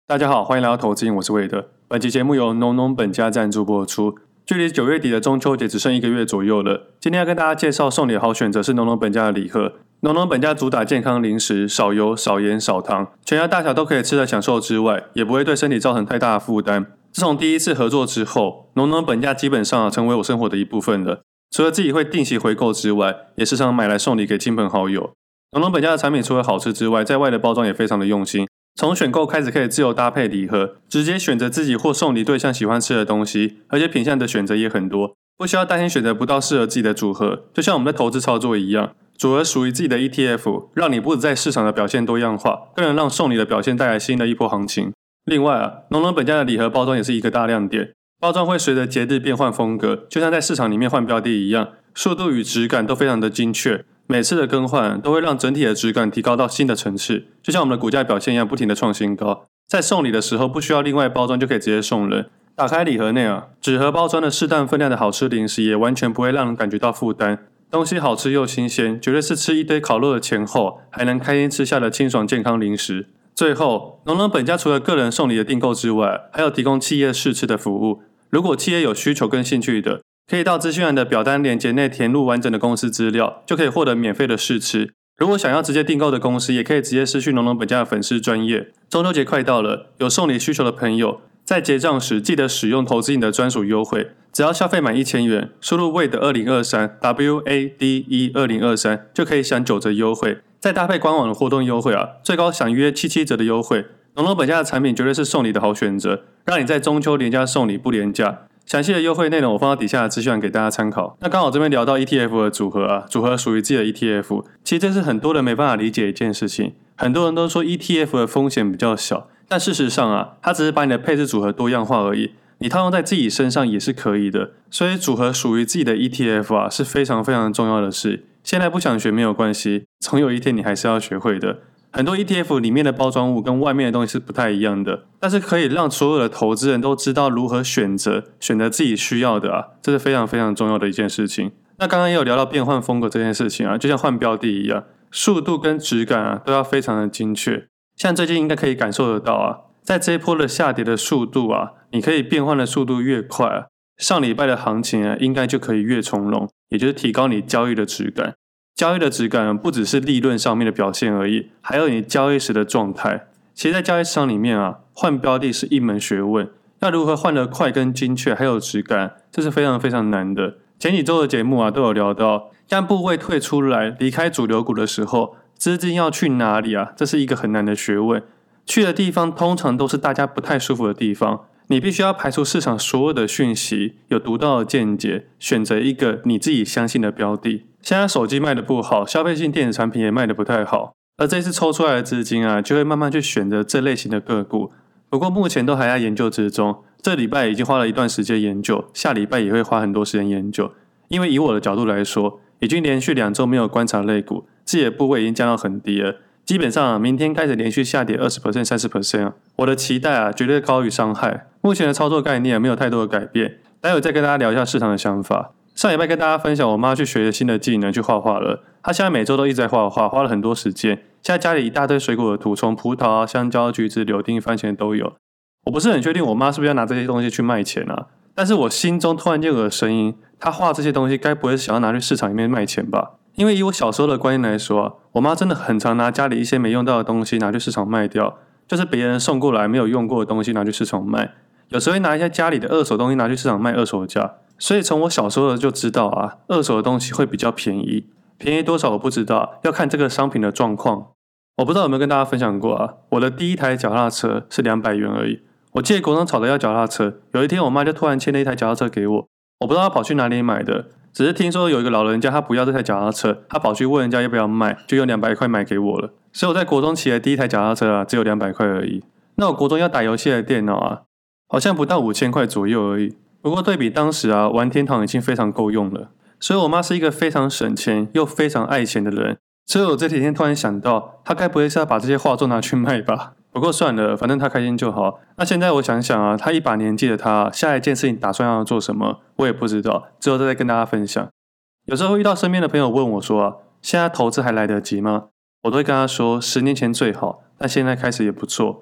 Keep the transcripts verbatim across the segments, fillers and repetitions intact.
大家好，欢迎来到投资，我是魏德。本期节目由农农本家赞助播出。距离九月底的中秋节只剩一个月左右了。今天要跟大家介绍送礼的好选择是农农本家的礼盒。农农本家主打健康零食，少油、少盐、少糖，全家大小都可以吃的享受之外，也不会对身体造成太大的负担。自从第一次合作之后，农农本家基本上成为我生活的一部分了。除了自己会定期回购之外，也时常买来送礼给亲朋好友。农农本家的产品除了好吃之外，在外的包装也非常的用心。从选购开始可以自由搭配礼盒，直接选择自己或送礼对象喜欢吃的东西，而且品项的选择也很多，不需要担心选择不到适合自己的组合。就像我们在投资操作一样，组合属于自己的 E T F， 让你不止在市场的表现多样化，更能让送礼的表现带来新的一波行情。另外啊，农农本家的礼盒包装也是一个大亮点，包装会随着节日变换风格，就像在市场里面换标的一样，速度与质感都非常的精确。每次的更换都会让整体的质感提高到新的层次，就像我们的股价表现一样，不停的创新高。在送礼的时候不需要另外包装就可以直接送人。打开礼盒内啊，纸盒包装的适当分量的好吃零食也完全不会让人感觉到负担。东西好吃又新鲜，绝对是吃一堆烤肉的前后还能开心吃下的清爽健康零食。最后，农农本家除了个人送礼的订购之外，还有提供企业试吃的服务。如果企业有需求跟兴趣的，可以到资讯栏的表单连结内填入完整的公司资料，就可以获得免费的试吃。如果想要直接订购的公司，也可以直接私讯农农本家的粉丝专页。中秋节快到了，有送礼需求的朋友，在结账时记得使用投资瘾的专属优惠，只要消费满一千元，输入 W A D E 二零二三 W A D E 二零二三 就可以享九折优惠。再搭配官网的活动优惠啊，最高享约七七折的优惠。农农本家的产品绝对是送礼的好选择，让你在中秋连假送礼不廉价。详细的优惠内容我放到底下的资讯栏给大家参考。那刚好这边聊到 E T F 的组合啊，组合属于自己的 E T F， 其实这是很多人没办法理解的一件事情。很多人都说 E T F 的风险比较小，但事实上啊，它只是把你的配置组合多样化而已，你套用在自己身上也是可以的。所以组合属于自己的 E T F 啊，是非常非常重要的事。现在不想学没有关系，总有一天你还是要学会的。很多 E T F 里面的包装物跟外面的东西是不太一样的，但是可以让所有的投资人都知道如何选择，选择自己需要的啊，这是非常非常重要的一件事情。那刚刚也有聊到变换风格这件事情啊，就像换标的一样，速度跟质感啊都要非常的精确。像最近应该可以感受得到啊，在这一波的下跌的速度啊，你可以变换的速度越快啊，上礼拜的行情啊应该就可以越从容，也就是提高你交易的质感。交易的质感不只是利润上面的表现而已，还有你交易时的状态。其实在交易市场里面啊，换标的是一门学问，要如何换得快跟精确还有质感，这是非常非常难的。前几周的节目啊都有聊到，当部位退出来离开主流股的时候，资金要去哪里啊，这是一个很难的学问。去的地方通常都是大家不太舒服的地方，你必须要排除市场所有的讯息，有独到的见解，选择一个你自己相信的标的。现在手机卖的不好，消费性电子产品也卖的不太好，而这次抽出来的资金啊，就会慢慢去选择这类型的个股。不过目前都还在研究之中，这礼拜已经花了一段时间研究，下礼拜也会花很多时间研究。因为以我的角度来说，已经连续两周没有观察类股，自己的部位已经降到很低了。基本上啊，明天开始连续下跌 百分之二十、三十 percent 啊，我的期待啊绝对高于伤害。目前的操作概念没有太多的改变，待会再跟大家聊一下市场的想法。上礼拜跟大家分享，我妈去学了新的技能，去画画了。她现在每周都一直在画画，花了很多时间。现在家里一大堆水果的图，从葡萄啊、香蕉、橘子、柳丁、番茄都有。我不是很确定我妈是不是要拿这些东西去卖钱啊？但是我心中突然间有个声音，她画这些东西该不会是想要拿去市场里面卖钱吧？因为以我小时候的观念来说啊，我妈真的很常拿家里一些没用到的东西拿去市场卖掉，就是别人送过来没有用过的东西拿去市场卖。有时候会拿一些家里的二手东西拿去市场卖二手价。所以从我小时候就知道啊，二手的东西会比较便宜，便宜多少我不知道，要看这个商品的状况。我不知道有没有跟大家分享过啊，我的第一台脚踏车是两百元而已。我记得国中吵着要脚踏车，有一天我妈就突然牵了一台脚踏车给我，我不知道她跑去哪里买的，只是听说有一个老人家他不要这台脚踏车，他跑去问人家要不要卖，就用两百块买给我了。所以我在国中骑的第一台脚踏车啊，只有两百块而已。那我国中要打游戏的电脑啊，好像不到五千块左右而已。不过对比当时啊，玩天堂已经非常够用了。所以我妈是一个非常省钱又非常爱钱的人。所以我这几天突然想到，她该不会是要把这些画作拿去卖吧？不过算了，反正她开心就好。那现在我想想啊，她一把年纪的她，下一件事情打算要做什么，我也不知道，之后再跟大家分享。有时候会遇到身边的朋友问我说啊，现在投资还来得及吗？我都会跟他说，十年前最好，但现在开始也不错。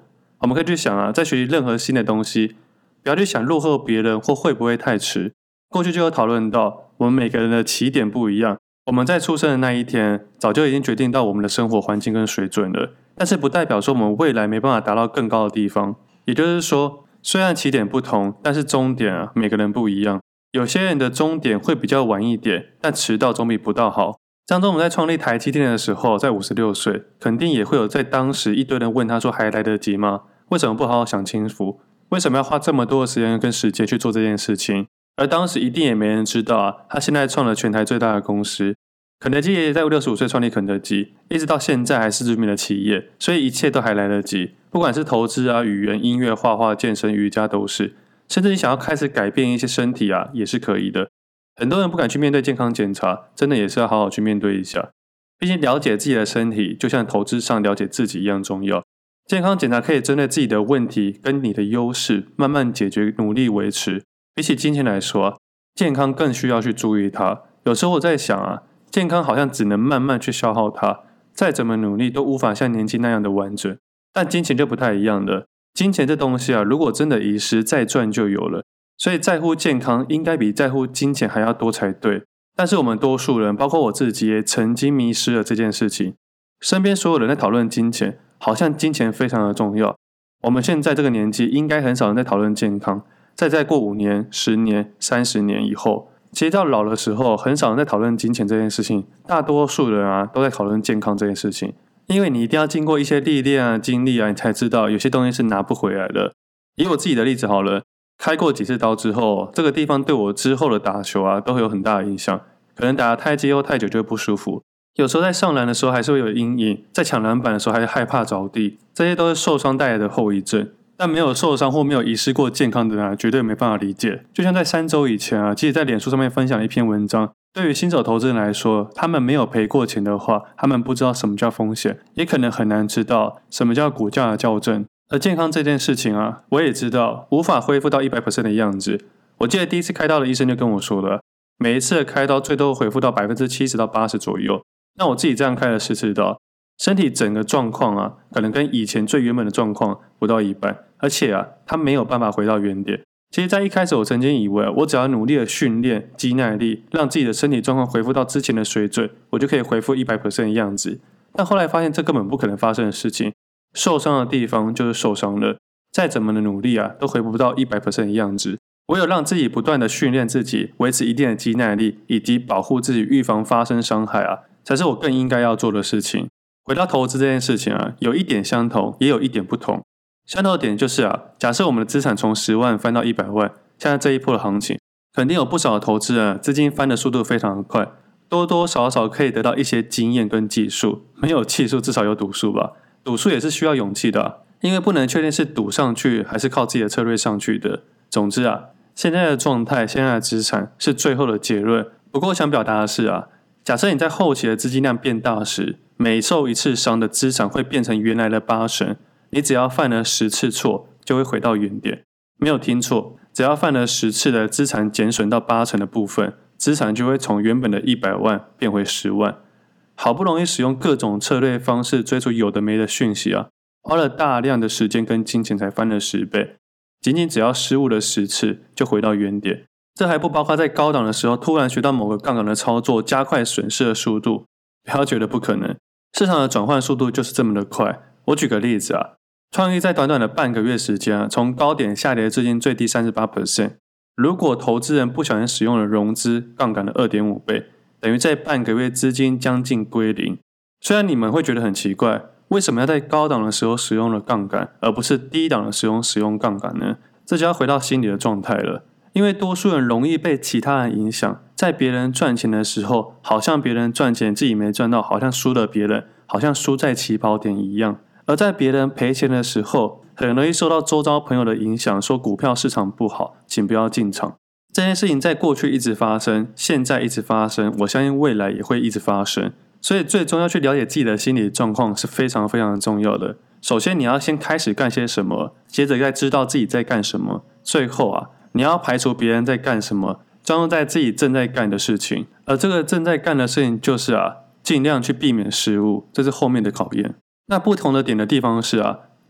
我们可以去想啊，在学习任何新的东西，不要去想落后别人或会不会太迟。过去就有讨论到，我们每个人的起点不一样，我们在出生的那一天，早就已经决定到我们的生活环境跟水准了。但是不代表说我们未来没办法达到更高的地方。也就是说，虽然起点不同，但是终点啊，每个人不一样。有些人的终点会比较晚一点，但迟到总比不到好。张忠谋在创立台积电的时候，在五十六岁，肯定也会有在当时一堆人问他说还来得及吗？为什么不好好想清楚？为什么要花这么多的时间跟时间去做这件事情？而当时一定也没人知道啊，他现在创了全台最大的公司。肯德基爷爷在六十五岁创立肯德基，一直到现在还是知名的企业，所以一切都还来得及。不管是投资啊、语言、音乐、画画、健身、瑜伽都是，甚至你想要开始改变一些身体啊，也是可以的。很多人不敢去面对健康检查，真的也是要好好去面对一下。毕竟了解自己的身体，就像投资上了解自己一样重要。健康检查可以针对自己的问题跟你的优势，慢慢解决，努力维持。比起金钱来说啊，健康更需要去注意它。有时候我在想啊，健康好像只能慢慢去消耗它，再怎么努力都无法像年轻那样的完整。但金钱就不太一样了，金钱这东西啊，如果真的遗失，再赚就有了。所以在乎健康应该比在乎金钱还要多才对。但是我们多数人，包括我自己，也曾经迷失了这件事情。身边所有人在讨论金钱，好像金钱非常的重要。我们现在这个年纪，应该很少人在讨论健康。再再过五年、十年、三十年以后，其实到老的时候，很少人在讨论金钱这件事情。大多数人啊，都在讨论健康这件事情。因为你一定要经过一些历练啊、经历啊，你才知道有些东西是拿不回来的。以我自己的例子好了，开过几次刀之后，这个地方对我之后的打球啊，都会有很大的影响。可能打得太激或太久就会不舒服。有时候在上篮的时候还是会有阴影，在抢篮板的时候还是害怕着地，这些都是受伤带来的后遗症。但没有受伤或没有遗失过健康的人啊，绝对没办法理解。就像在三周以前啊，其实在脸书上面分享了一篇文章，对于新手投资人来说，他们没有赔过钱的话，他们不知道什么叫风险，也可能很难知道什么叫股价的校正。而健康这件事情啊，我也知道无法恢复到 百分之百 的样子。我记得第一次开刀的医生就跟我说了，每一次的开刀最多恢复到 百分之七十到八十 左右。那我自己这样开了十次刀，身体整个状况啊，可能跟以前最原本的状况不到一半，而且啊，它没有办法回到原点。其实在一开始我曾经以为，我只要努力的训练肌耐力，让自己的身体状况恢复到之前的水准，我就可以恢复 百分之百 的样子。但后来发现这根本不可能发生的事情，受伤的地方就是受伤了，再怎么的努力啊，都恢复不到 百分之百 的样子。唯有让自己不断的训练自己，维持一定的肌耐力，以及保护自己预防发生伤害啊，才是我更应该要做的事情。回到投资这件事情啊，有一点相同，也有一点不同。相同的点就是啊，假设我们的资产从十万翻到一百万，现在这一波的行情，肯定有不少的投资人啊，资金翻的速度非常的快，多多少少可以得到一些经验跟技术。没有技术，至少有赌术吧。赌术也是需要勇气的啊，因为不能确定是赌上去还是靠自己的策略上去的。总之啊，现在的状态，现在的资产是最后的结论。不过我想表达的是啊，假设你在后期的资金量变大时，每受一次伤的资产会变成原来的八成。你只要犯了十次错，就会回到原点。没有听错，只要犯了十次的资产减损到八成的部分，资产就会从原本的一百万变回十万。好不容易使用各种策略方式追逐有的没的讯息啊，花了大量的时间跟金钱才翻了十倍。仅仅只要失误了十次，就回到原点。这还不包括在高档的时候突然学到某个杠杆的操作，加快损失的速度。不要觉得不可能，市场的转换速度就是这么的快。我举个例子啊，创意在短短的半个月时间啊，从高点下跌至今最低 百分之三十八。如果投资人不小心使用了融资杠杆的 二点五倍，等于在半个月资金将近归零。虽然你们会觉得很奇怪，为什么要在高档的时候使用了杠杆，而不是低档的时候使用杠杆呢？这就要回到心理的状态了。因为多数人容易被其他人影响，在别人赚钱的时候，好像别人赚钱自己没赚到，好像输了别人，好像输在起跑点一样。而在别人赔钱的时候，很容易受到周遭朋友的影响，说股票市场不好，请不要进场。这件事情在过去一直发生，现在一直发生，我相信未来也会一直发生。所以最终要去了解自己的心理状况是非常非常重要的。首先你要先开始干些什么，接着再知道自己在干什么，最后啊，你要排除别人在干什么，专注在自己正在干的事情。而这个正在干的事情就是啊，尽量去避免失误，这是后面的考验。那不同的点的地方是啊，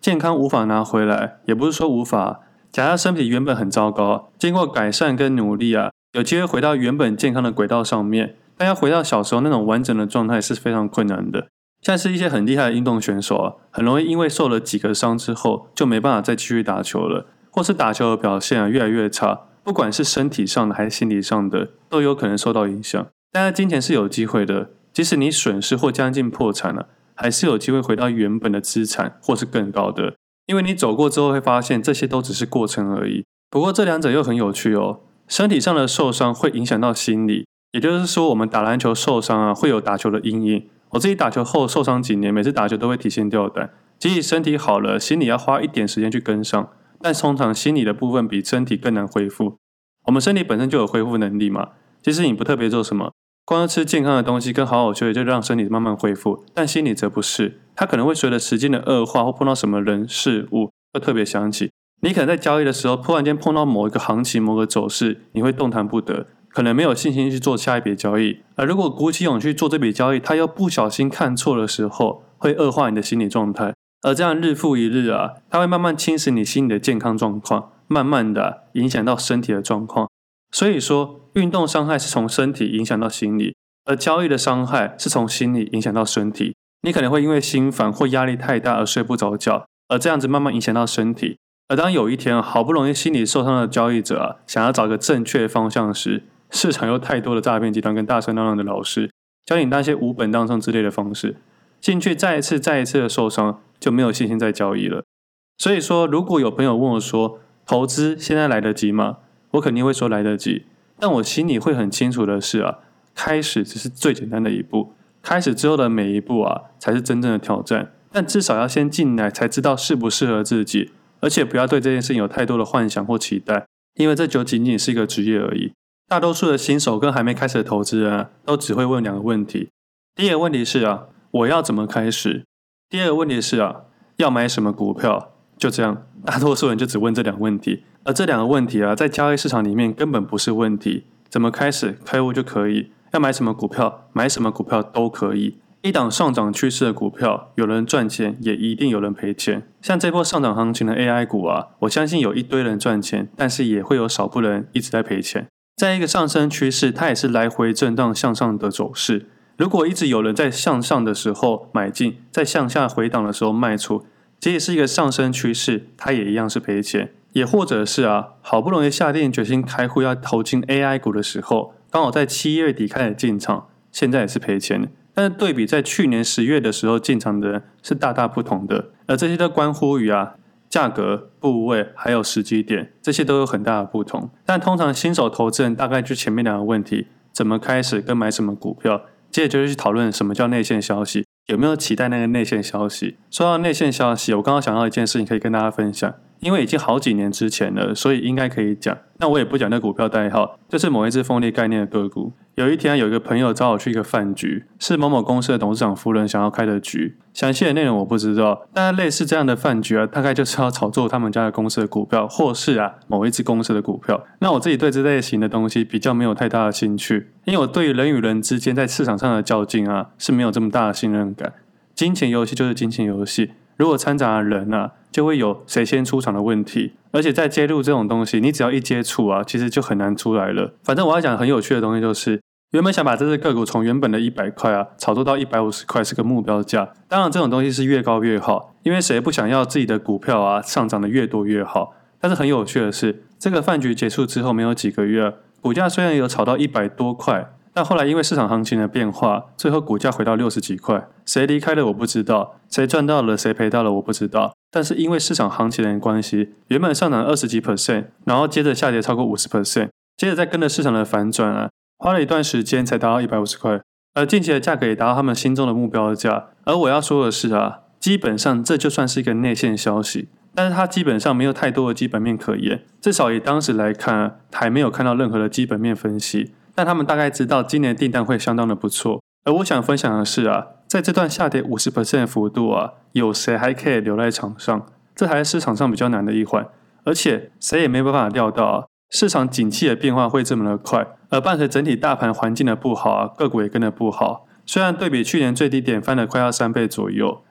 健康无法拿回来，也不是说无法。假设身体原本很糟糕，经过改善跟努力啊，有机会回到原本健康的轨道上面，但要回到小时候那种完整的状态是非常困难的。像是一些很厉害的运动选手啊，很容易因为受了几个伤之后，就没办法再继续打球了，或是打球的表现啊越来越差，不管是身体上的还是心理上的，都有可能受到影响。但是金钱是有机会的，即使你损失或将近破产了，还是有机会回到原本的资产或是更高的。因为你走过之后会发现这些都只是过程而已。不过这两者又很有趣哦，身体上的受伤会影响到心理，也就是说我们打篮球受伤啊，会有打球的阴影。我自己打球后受伤几年，每次打球都会提心吊胆，即使身体好了，心理要花一点时间去跟上，但通常心理的部分比身体更难恢复。我们身体本身就有恢复能力嘛，即使你不特别做什么，光吃健康的东西跟好好休息就让身体慢慢恢复，但心理则不是，它可能会随着时间的恶化或碰到什么人事物会特别想起。你可能在交易的时候突然间碰到某一个行情某个走势，你会动弹不得，可能没有信心去做下一笔交易。而如果鼓起勇气做这笔交易，它又不小心看错的时候，会恶化你的心理状态。而这样日复一日啊，它会慢慢侵蚀你心理的健康状况，慢慢的、啊、影响到身体的状况。所以说运动伤害是从身体影响到心理，而交易的伤害是从心理影响到身体。你可能会因为心烦或压力太大而睡不着觉，而这样子慢慢影响到身体。而当有一天好不容易心理受伤的交易者啊，想要找个正确方向时，市场有太多的诈骗集团跟大声嚷嚷的老师教你那些无本当冲之类的方式，进去再一次再一次的受伤，就没有信心再交易了。所以说如果有朋友问我说投资现在来得及吗？我肯定会说来得及，但我心里会很清楚的是啊，开始只是最简单的一步，开始之后的每一步啊才是真正的挑战，但至少要先进来才知道适不适合自己，而且不要对这件事情有太多的幻想或期待，因为这就仅仅是一个职业而已。大多数的新手跟还没开始的投资人啊，都只会问两个问题。第一个问题是啊，我要怎么开始？第二个问题是啊，要买什么股票？就这样，大多数人就只问这两个问题。而这两个问题啊，在交易市场里面根本不是问题。怎么开始？开户就可以。要买什么股票？买什么股票都可以。一档上涨趋势的股票，有人赚钱，也一定有人赔钱。像这波上涨行情的 A I 股啊，我相信有一堆人赚钱，但是也会有少部分人一直在赔钱。在一个上升趋势，它也是来回震荡向上的走势。如果一直有人在向上的时候买进，在向下回档的时候卖出，即使是一个上升趋势，它也一样是赔钱。也或者是啊，好不容易下定决心开户要投进 A I 股的时候，刚好在七月底开始进场，现在也是赔钱的。但是对比在去年十月的时候进场的人是大大不同的，而这些都关乎于啊价格、部位还有时机点，这些都有很大的不同。但通常新手投资人大概就前面两个问题，怎么开始跟买什么股票，接着就是去讨论什么叫内线消息，有没有期待那个内线消息。说到内线消息，我刚刚想到一件事情可以跟大家分享，因为已经好几年之前了，所以应该可以讲。那我也不讲那股票代号，就是某一只风力概念的个股。有一天有一个朋友找我去一个饭局，是某某公司的董事长夫人想要开的局，详细的内容我不知道，但类似这样的饭局啊，大概就是要炒作他们家的公司的股票，或是啊某一只公司的股票。那我自己对这类型的东西比较没有太大的兴趣，因为我对于人与人之间在市场上的较劲啊是没有这么大的信任感。金钱游戏就是金钱游戏，如果掺杂人啊，就会有谁先出场的问题。而且在接触这种东西，你只要一接触啊，其实就很难出来了。反正我要讲很有趣的东西，就是原本想把这只个股从原本的一百块啊炒作到一百五十块是个目标价。当然这种东西是越高越好，因为谁不想要自己的股票啊上涨的越多越好。但是很有趣的是，这个饭局结束之后没有几个月，股价虽然有炒到一百多块，但后来因为市场行情的变化，最后股价回到六十几块。谁离开了我不知道，谁赚到了谁赔到了我不知道，但是因为市场行情的关系，原本上涨二十几 percent， 然后接着下跌超过 百分之五十， 接着再跟着市场的反转啊，花了一段时间才达到一百五十块，而近期的价格也达到他们心中的目标价。而我要说的是啊，基本上这就算是一个内线消息，但是它基本上没有太多的基本面可言，至少以当时来看啊，还没有看到任何的基本面分析，但他们大概知道今年订单会相当的不错。而我想分享的是啊，在这段下跌 百分之五十 的幅度啊，有谁还可以留在场上？这还是市场上比较难的一环，而且谁也没办法料到啊，市场景气的变化会这么的快，而伴随整体大盘环境的不好啊，个股也跟着不好。虽然对比去年最低点翻了快要三倍左右，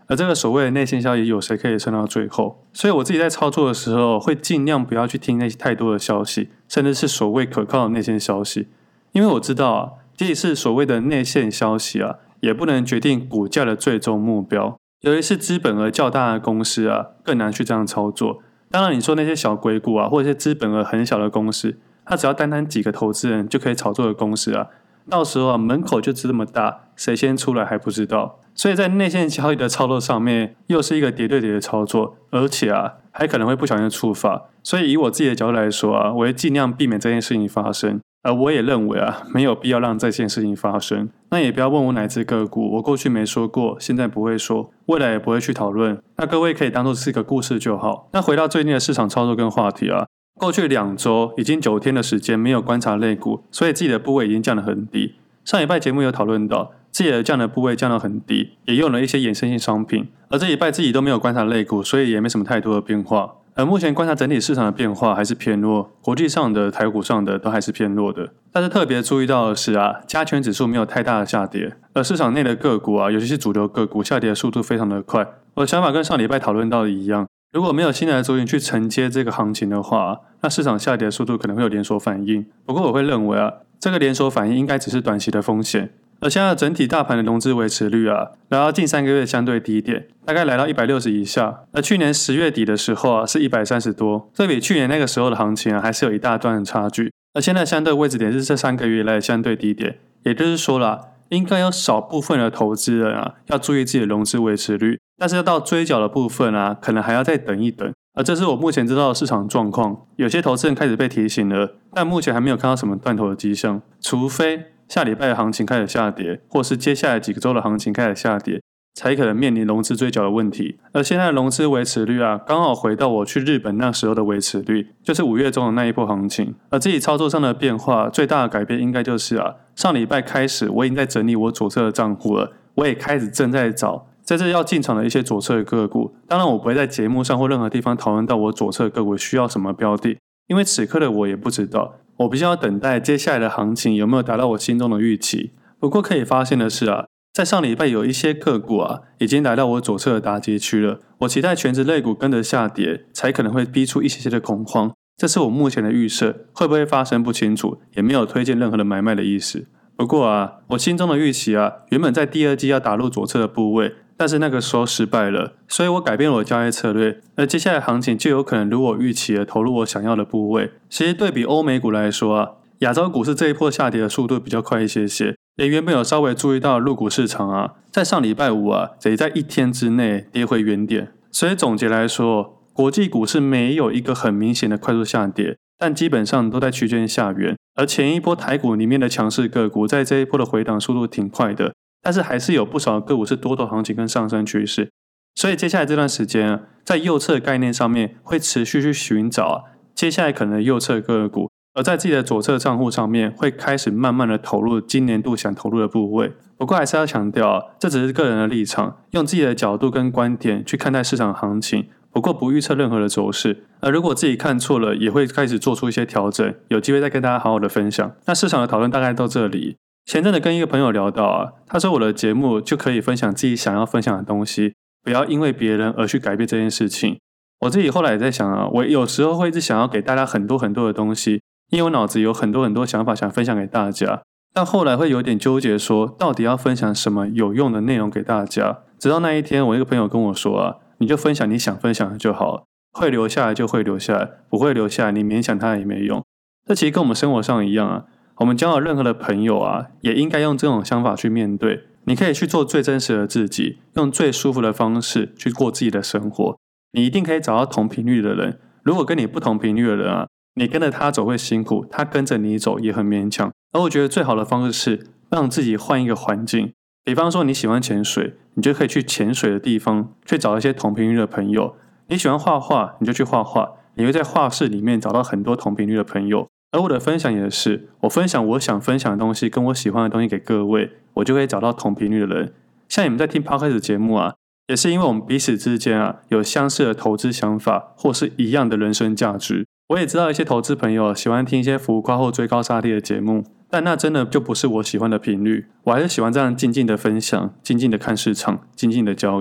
而这个所谓的内线消息有谁可以撑到最后？所以我自己在操作的时候会尽量不要去听那些太多的消息，甚至是所谓可靠的内线消息，因为我知道啊，即使是所谓的内线消息啊，也不能决定股价的最终目标。尤其是资本额较大的公司啊，更难去这样操作。当然你说那些小鬼股啊，或者是资本额很小的公司，它只要单单几个投资人就可以炒作的公司啊，到时候啊门口就这么大，谁先出来还不知道。所以在内线交易的操作上面，又是一个叠对叠的操作，而且啊还可能会不小心触发。所以以我自己的角度来说啊，我会尽量避免这件事情发生。而我也认为啊，没有必要让这件事情发生。那也不要问我哪只个股，我过去没说过，现在不会说，未来也不会去讨论。那各位可以当作是一个故事就好。那回到最近的市场操作跟话题啊，过去两周已经九天的时间没有观察类股，所以自己的部位已经降得很低。上礼拜节目有讨论到，自己的降的部位降得很低，也用了一些衍生性商品。而这礼拜自己都没有观察类股，所以也没什么太多的变化。而目前观察整体市场的变化还是偏弱，国际上的、台股上的都还是偏弱的。但是特别注意到的是啊，加权指数没有太大的下跌，而市场内的个股啊，尤其是主流个股下跌的速度非常的快。我的想法跟上礼拜讨论到的一样，如果没有新的族群去承接这个行情的话，那市场下跌的速度可能会有连锁反应。不过我会认为啊，这个连锁反应应该只是短期的风险。而现在整体大盘的融资维持率啊，来到近三个月相对低点，大概来到一百六十以下。而去年十月底的时候啊，是一百三十多，这比去年那个时候的行情啊，还是有一大段的差距。而现在相对位置点是这三个月以来的相对低点，也就是说啦，应该有少部分的投资人啊，要注意自己的融资维持率，但是要到追缴的部分啊，可能还要再等一等。而这是我目前知道的市场状况，有些投资人开始被提醒了，但目前还没有看到什么断头的迹象，除非下礼拜的行情开始下跌，或是接下来几个周的行情开始下跌，才可能面临融资追缴的问题。而现在的融资维持率啊，刚好回到我去日本那时候的维持率，就是五月中的那一波行情。而自己操作上的变化，最大的改变应该就是啊，上礼拜开始我已经在整理我左侧的账户了，我也开始正在找在这要进场的一些左侧的个股。当然我不会在节目上或任何地方讨论到我左侧的个股需要什么标的，因为此刻的我也不知道，我必须要等待接下来的行情有没有达到我心中的预期。不过可以发现的是啊，在上礼拜有一些个股啊，已经来到我左侧的打击区了。我期待全职类股跟着下跌，才可能会逼出一些些的恐慌。这是我目前的预设，会不会发生不清楚，也没有推荐任何的买卖的意思。不过啊，我心中的预期啊，原本在第二季要打入左侧的部位，但是那个时候失败了，所以我改变了我的交易策略，而接下来行情就有可能如我预期的投入我想要的部位。其实对比欧美股来说啊，亚洲股市这一波下跌的速度比较快一些些，也原本有稍微注意到陆股市场啊，在上礼拜五啊，也在一天之内跌回原点。所以总结来说，国际股市没有一个很明显的快速下跌，但基本上都在区间下缘。而前一波台股里面的强势个股，在这一波的回档速度挺快的，但是还是有不少个股是多头行情跟上升趋势。所以接下来这段时间啊，在右侧概念上面会持续去寻找啊，接下来可能的右侧个股，而在自己的左侧账户上面会开始慢慢的投入今年度想投入的部位。不过还是要强调啊，这只是个人的立场，用自己的角度跟观点去看待市场行情，不过不预测任何的走势。而如果自己看错了，也会开始做出一些调整，有机会再跟大家好好的分享。那市场的讨论大概到这里。前阵子跟一个朋友聊到啊，他说我的节目就可以分享自己想要分享的东西，不要因为别人而去改变这件事情。我自己后来也在想啊，我有时候会一直想要给大家很多很多的东西，因为我脑子有很多很多想法想分享给大家，但后来会有点纠结说到底要分享什么有用的内容给大家。直到那一天我一个朋友跟我说啊，你就分享你想分享的就好，会留下来就会留下来，不会留下来你勉强它也没用。这其实跟我们生活上一样啊，我们交到任何的朋友啊，也应该用这种想法去面对。你可以去做最真实的自己，用最舒服的方式去过自己的生活。你一定可以找到同频率的人，如果跟你不同频率的人啊，你跟着他走会辛苦，他跟着你走也很勉强。而我觉得最好的方式是让自己换一个环境，比方说你喜欢潜水，你就可以去潜水的地方去找一些同频率的朋友。你喜欢画画，你就去画画，你会在画室里面找到很多同频率的朋友。而我的分享也是，我分享我想分享的东西跟我喜欢的东西给各位，我就可以找到同频率的人。像你们在听 Podcast 节目啊，也是因为我们彼此之间啊有相似的投资想法，或是一样的人生价值。我也知道一些投资朋友喜欢听一些浮夸或追高杀低的节目，但那真的就不是我喜欢的频率。我还是喜欢这样静静的分享，静静的看市场，静静的交易。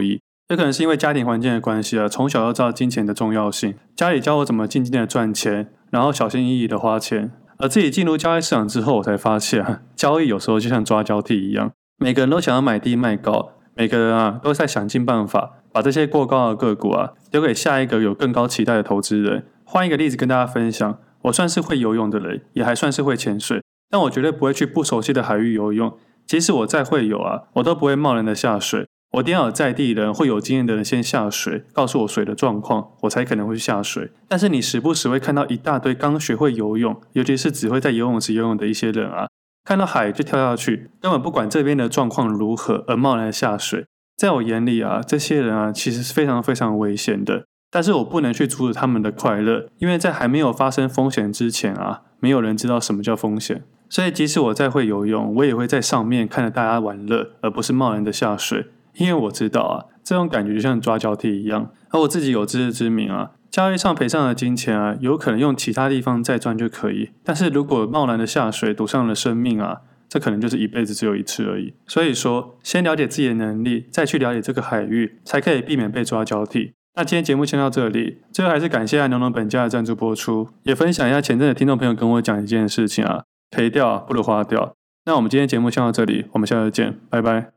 有可能是因为家庭环境的关系啊，从小就知道金钱的重要性，家里教我怎么静静的赚钱，然后小心翼翼的花钱。而自己进入交易市场之后，我才发现啊，交易有时候就像抓交替一样，每个人都想要买低卖高，每个人啊都在想尽办法把这些过高的个股啊留给下一个有更高期待的投资人。换一个例子跟大家分享，我算是会游泳的人，也还算是会潜水，但我绝对不会去不熟悉的海域游泳。即使我再会游啊，我都不会贸然的下水。我一定要有在地人会有经验的人先下水，告诉我水的状况，我才可能会下水。但是你时不时会看到一大堆刚学会游泳，尤其是只会在游泳池游泳的一些人啊，看到海就跳下去，根本不管这边的状况如何而贸然下水。在我眼里啊，这些人啊其实是非常非常危险的。但是我不能去阻止他们的快乐，因为在还没有发生风险之前啊，没有人知道什么叫风险。所以即使我再会游泳，我也会在上面看着大家玩乐，而不是贸然的下水。因为我知道啊，这种感觉就像抓交替一样，而我自己有自知之明啊，交易上赔上的金钱啊，有可能用其他地方再赚就可以，但是如果贸然的下水赌上了生命啊，这可能就是一辈子只有一次而已。所以说，先了解自己的能力，再去了解这个海域，才可以避免被抓交替。那今天节目先到这里，最后还是感谢农农本家的赞助播出，也分享一下前阵的听众朋友跟我讲一件事情啊，赔掉不如花掉。那我们今天节目先到这里，我们下次见，拜拜。